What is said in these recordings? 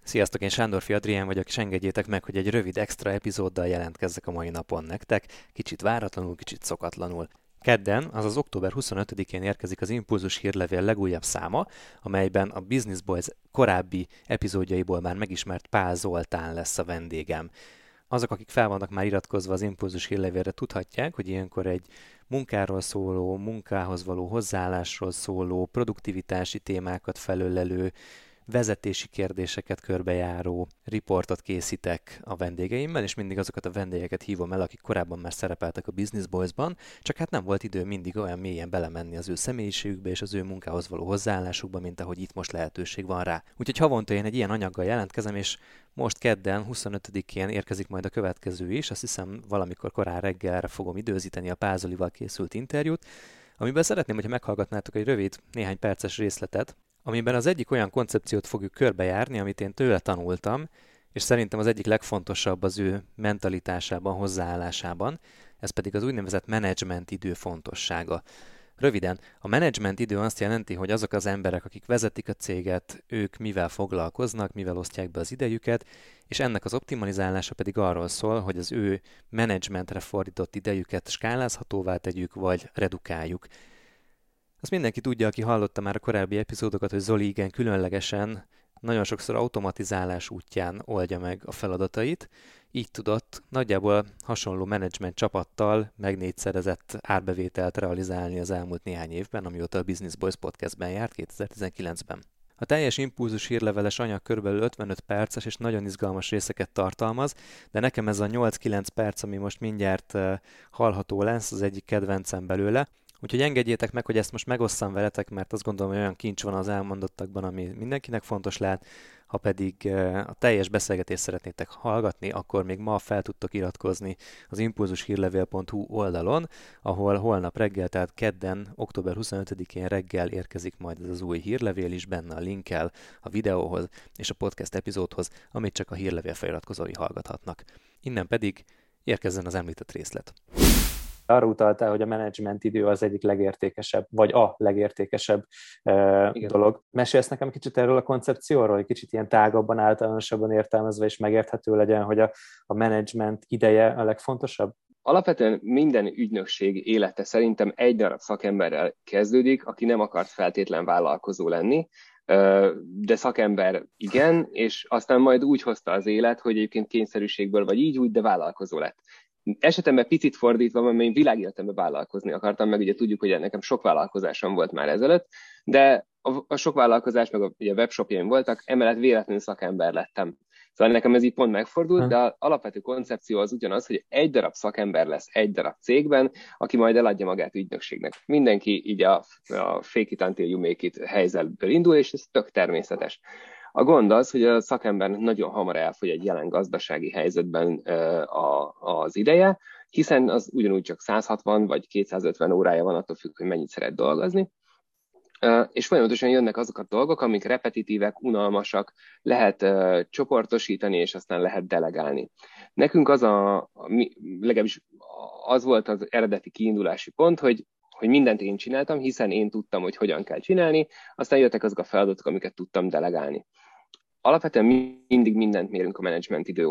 Sziasztok, én Sándorfi Adrián vagyok, és engedjétek meg, hogy egy rövid extra epizóddal jelentkezzek a mai napon nektek, kicsit váratlanul, kicsit szokatlanul. Kedden, azaz október 25-én érkezik az Impulzus hírlevél legújabb száma, amelyben a Business Boys korábbi epizódjaiból már megismert Pál Zoltán lesz a vendégem. Azok, akik fel vannak már iratkozva az Impulzus hírlevélre, tudhatják, hogy ilyenkor egy munkáról szóló, munkához való hozzáállásról szóló, produktivitási témákat felölelő, vezetési kérdéseket körbejáró riportot készítek a vendégeimmel, és mindig azokat a vendégeket hívom el, akik korábban már szerepeltek a Business Boys-ban, csak hát nem volt idő mindig olyan mélyen belemenni az ő személyiségükbe és az ő munkához való hozzáállásukba, mint ahogy itt most lehetőség van rá. Úgyhogy havonta én egy ilyen anyaggal jelentkezem, és most kedden, 25-én érkezik majd a következő is, azt hiszem valamikor korán reggelre fogom időzíteni a Pál Zolival készült interjút, amiben szeretném, hogyha meghallgatnátok egy rövid, néhány perces részletet, amiben az egyik olyan koncepciót fogjuk körbejárni, amit én tőle tanultam, és szerintem az egyik legfontosabb az ő mentalitásában, hozzáállásában, ez pedig az úgynevezett menedzsment idő fontossága. Röviden, a menedzsment idő azt jelenti, hogy azok az emberek, akik vezetik a céget, ők mivel foglalkoznak, mivel osztják be az idejüket, és ennek az optimalizálása pedig arról szól, hogy az ő menedzsmentre fordított idejüket skálázhatóvá tegyük, vagy redukáljuk. Azt mindenki tudja, aki hallotta már a korábbi epizódokat, hogy Zoli igen különlegesen, nagyon sokszor automatizálás útján oldja meg a feladatait, így tudott nagyjából hasonló menedzsment csapattal megnégyszerezett árbevételt realizálni az elmúlt néhány évben, amióta a Business Boys podcastben járt 2019-ben. A teljes impulzus hírleveles anyag kb. 55 perces és nagyon izgalmas részeket tartalmaz, de nekem ez a 8-9 perc, ami most mindjárt hallható lesz, az egyik kedvencem belőle. Úgyhogy engedjétek meg, hogy ezt most megosszam veletek, mert azt gondolom, hogy olyan kincs van az elmondottakban, ami mindenkinek fontos lehet. Ha pedig a teljes beszélgetést szeretnétek hallgatni, akkor még ma fel tudtok iratkozni az impulzushírlevél.hu oldalon, ahol holnap reggel, tehát kedden, október 25-én reggel érkezik majd ez az új hírlevél is, benne a linkkel a videóhoz és a podcast epizódhoz, amit csak a hírlevél feliratkozói hallgathatnak. Innen pedig érkezzen az említett részlet. Arra utaltál, hogy a menedzsment idő az egyik legértékesebb, vagy a legértékesebb dolog. Mesélsz nekem kicsit erről a koncepcióról, hogy kicsit ilyen tágabban, általánosabban értelmezve és megérthető legyen, hogy a menedzsment ideje a legfontosabb? Alapvetően minden ügynökség élete szerintem egy darab szakemberrel kezdődik, aki nem akart feltétlen vállalkozó lenni, de szakember igen, és aztán majd úgy hozta az élet, hogy egyébként kényszerűségből vagy így úgy, de vállalkozó lett. Esetemben picit fordítva, mert én világéletemben vállalkozni akartam, meg ugye tudjuk, hogy nekem sok vállalkozásom volt már ezelőtt, de a sok vállalkozás, meg ugye a webshopjaim voltak, emellett véletlenül szakember lettem. Szóval nekem ez így pont megfordult, de az alapvető koncepció az ugyanaz, hogy egy darab szakember lesz egy darab cégben, aki majd eladja magát ügynökségnek. Mindenki így a fake it until you make it helyzetből indul, és ez tök természetes. A gond az, hogy a szakembernek nagyon hamar elfogy egy jelen gazdasági helyzetben az ideje, hiszen az ugyanúgy csak 160 vagy 250 órája van, attól függ, hogy mennyit szeret dolgozni. És folyamatosan jönnek azok a dolgok, amik repetitívek, unalmasak, lehet csoportosítani, és aztán lehet delegálni. Nekünk legalábbis az volt az eredeti kiindulási pont, hogy mindent én csináltam, hiszen én tudtam, hogy hogyan kell csinálni, aztán jöttek azok a feladatok, amiket tudtam delegálni. Alapvetően mindig mindent mérünk a menedzsment idő,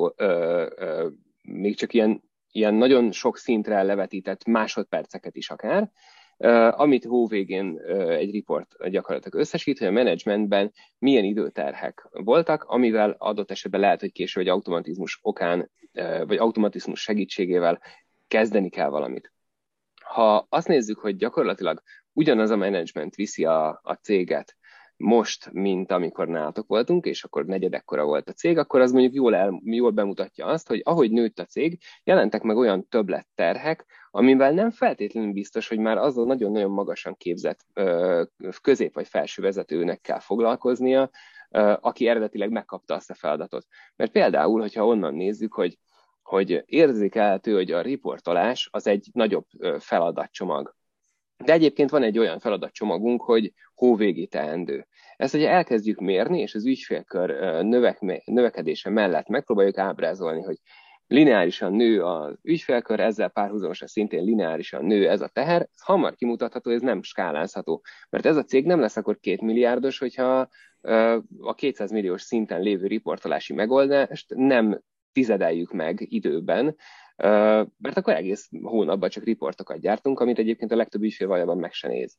még csak ilyen nagyon sok szintre levetített másodperceket is akár, amit hóvégén egy riport gyakorlatilag összesít, hogy a menedzsmentben milyen időterhek voltak, amivel adott esetben lehet, hogy később egy automatizmus okán, vagy automatizmus segítségével kezdeni kell valamit. Ha azt nézzük, hogy gyakorlatilag ugyanaz a menedzsment viszi a céget most, mint amikor nálatok voltunk, és akkor negyedekkora volt a cég, akkor az mondjuk jól bemutatja azt, hogy ahogy nőtt a cég, jelentek meg olyan többletterhek, amivel nem feltétlenül biztos, hogy már az a nagyon-nagyon magasan képzett közép- vagy felső vezetőnek kell foglalkoznia, aki eredetileg megkapta azt a feladatot. Mert például, hogyha onnan nézzük, hogy érzékelhető, hogy a riportolás az egy nagyobb feladatcsomag. De egyébként van egy olyan feladatcsomagunk, hogy hóvégi teendő. Ezt ugye elkezdjük mérni, és az ügyfélkör növekedése mellett megpróbáljuk ábrázolni, hogy lineárisan nő az ügyfélkör, ezzel párhuzamosan szintén lineárisan nő ez a teher, ez hamar kimutatható, ez nem skálázható. Mert ez a cég nem lesz akkor 2 milliárdos, hogyha a 200 milliós szinten lévő riportolási megoldást nem tizedeljük meg időben, mert akkor egész hónapban csak riportokat gyártunk, amit egyébként a legtöbb ügyfél valójában meg se néz.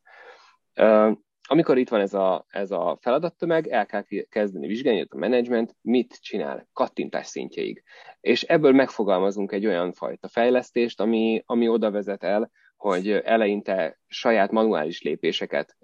Amikor itt van ez a feladattömeg, el kell kezdeni vizsgálni, hogy a menedzsment mit csinál kattintás szintjeig. És ebből megfogalmazunk egy olyan fajta fejlesztést, ami oda vezet el, hogy eleinte saját manuális lépéseket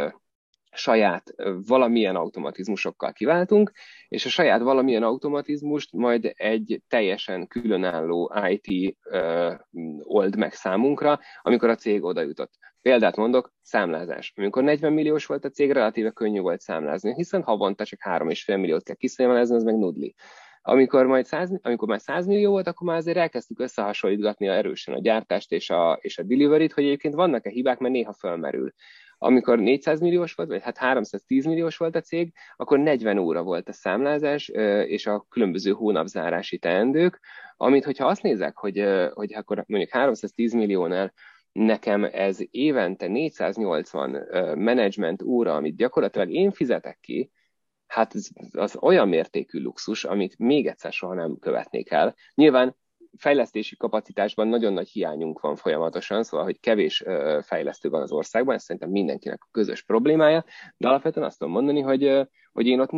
saját valamilyen automatizmusokkal kiváltunk, és a saját valamilyen automatizmust majd egy teljesen különálló IT old meg számunkra, amikor a cég oda jutott. Példát mondok, számlázás. Amikor 40 milliós volt a cég, relatíve könnyű volt számlázni, hiszen havonta csak 3,5 milliót kell kiszámlázni, az meg nudli. Amikor már 100 millió volt, akkor már azért elkezdtük összehasonlítgatni erősen a gyártást és a delivery-t, hogy egyébként vannak-e hibák, mert néha fölmerül. Amikor 400 milliós volt, vagy hát 310 milliós volt a cég, akkor 40 óra volt a számlázás és a különböző hónapzárási teendők, amit, hogyha azt nézek, hogy akkor mondjuk 310 milliónál nekem ez évente 480 menedzsment óra, amit gyakorlatilag én fizetek ki, hát az olyan mértékű luxus, amit még egyszer soha nem követnék el. Nyilván fejlesztési kapacitásban nagyon nagy hiányunk van folyamatosan, szóval, hogy kevés fejlesztő van az országban, ez szerintem mindenkinek a közös problémája, de alapvetően azt tudom mondani, hogy én ott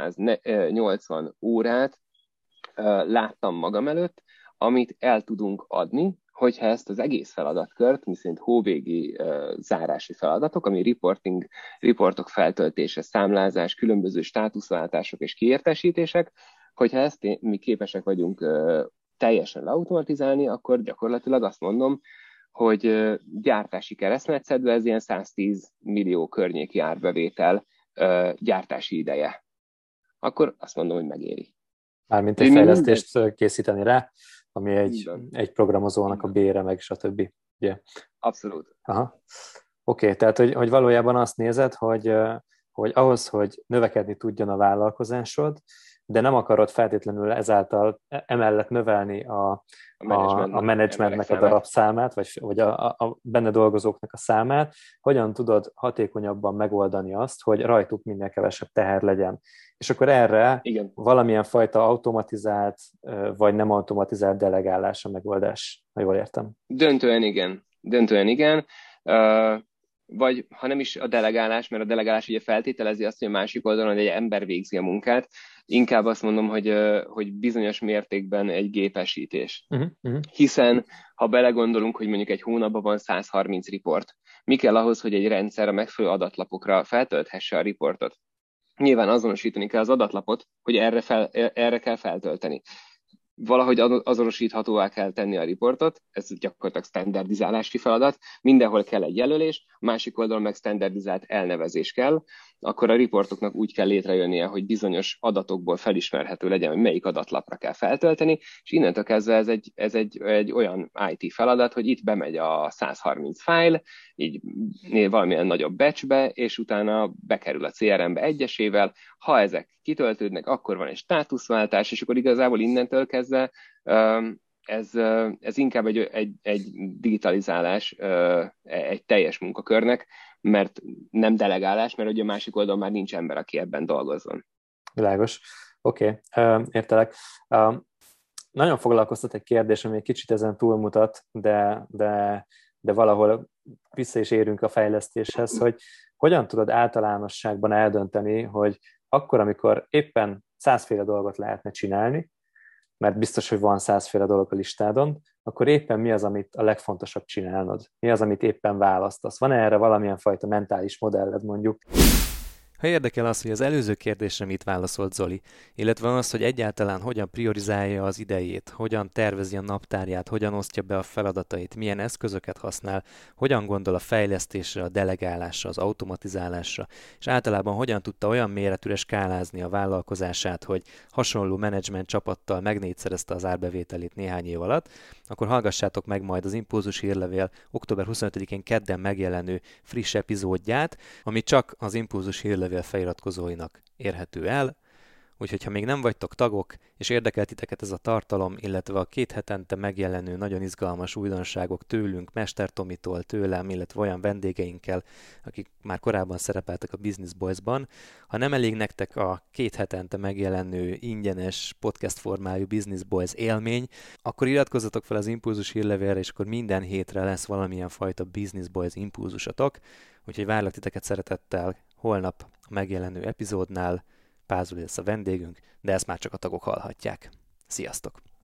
480 órát láttam magam előtt, amit el tudunk adni, hogyha ezt az egész feladatkört, miszerint hóvégi zárási feladatok, ami riportok feltöltése, számlázás, különböző státuszváltások és kiértesítések, hogyha ezt mi képesek vagyunk teljesen leautomatizálni, akkor gyakorlatilag azt mondom, hogy gyártási keresztmetszedve ez ilyen 110 millió környéki árbevétel gyártási ideje. Akkor azt mondom, hogy megéri. Mármint egy fejlesztést készíteni rá, ami egy programozónak a bére, meg stb. Ugye? Abszolút. Oké, tehát hogy valójában azt nézed, hogy ahhoz, hogy növekedni tudjon a vállalkozásod, de nem akarod feltétlenül ezáltal emellett növelni a menedzsmentnek a darabszámát, vagy a benne dolgozóknak a számát, hogyan tudod hatékonyabban megoldani azt, hogy rajtuk minél kevesebb teher legyen. És akkor erre valamilyen fajta automatizált, vagy nem automatizált delegálás a megoldás, ha jól értem. Döntően igen. Vagy ha nem is a delegálás, mert a delegálás ugye feltételezi azt, hogy a másik oldalon egy ember végzi a munkát, inkább azt mondom, hogy bizonyos mértékben egy gépesítés. Hiszen, ha belegondolunk, hogy mondjuk egy hónapban van 130 riport, mi kell ahhoz, hogy egy rendszer a megfelelő adatlapokra feltölthesse a riportot? Nyilván azonosítani kell az adatlapot, hogy erre kell feltölteni. Valahogy azonosíthatóvá kell tenni a riportot, ez gyakorlatilag standardizálási feladat, mindenhol kell egy jelölés, a másik oldalon meg standardizált elnevezés kell, akkor a riportoknak úgy kell létrejönnie, hogy bizonyos adatokból felismerhető legyen, hogy melyik adatlapra kell feltölteni, és innentől kezdve ez egy olyan IT feladat, hogy itt bemegy a 130 fájl, így valamilyen nagyobb batchbe, és utána bekerül a CRM-be egyesével, ha ezek kitöltődnek, akkor van egy státuszváltás, és akkor igazából innentől kezdve ez inkább egy digitalizálás egy teljes munkakörnek, mert nem delegálás, mert ugye a másik oldalon már nincs ember, aki ebben dolgozzon. Világos. Oké, értelek. Nagyon foglalkoztat egy kérdés, ami egy kicsit ezen túlmutat, de valahol vissza is érünk a fejlesztéshez, hogy hogyan tudod általánosságban eldönteni, hogy akkor, amikor éppen 100 féle dolgot lehetne csinálni, mert biztos, hogy van 100 féle dolog a listádon, akkor éppen mi az, amit a legfontosabb csinálnod? Mi az, amit éppen választasz? Van erre valamilyen fajta mentális modelled mondjuk? Ha érdekel az, hogy az előző kérdésre mit válaszolt Zoli, illetve az, hogy egyáltalán hogyan priorizálja az idejét, hogyan tervezi a naptárját, hogyan osztja be a feladatait, milyen eszközöket használ, hogyan gondol a fejlesztésre, a delegálásra, az automatizálásra, és általában hogyan tudta olyan méretűre skálázni a vállalkozását, hogy hasonló menedzsment csapattal megnégyszerezte az árbevételét néhány év alatt, akkor hallgassátok meg majd az Impulzus Hírlevél október 25-én kedden megjelenő friss epizódját, ami csak az Impulzus Hírlevél feliratkozóinak érhető el. Úgyhogy ha még nem vagytok tagok, és érdekel titeket ez a tartalom, illetve a 2 hetente megjelenő nagyon izgalmas újdonságok tőlünk, Mester Tomitól, tőlem, illetve olyan vendégeinkkel, akik már korábban szerepeltek a Business Boys-ban, ha nem elég nektek a 2 hetente megjelenő ingyenes podcast formájú Business Boys élmény, akkor iratkozzatok fel az Impulzus hírlevélre, és akkor minden hétre lesz valamilyen fajta Business Boys impulzusotok. Úgyhogy várlak titeket szeretettel holnap a megjelenő epizódnál. Pázoli lesz a vendégünk, de ezt már csak a tagok hallhatják. Sziasztok!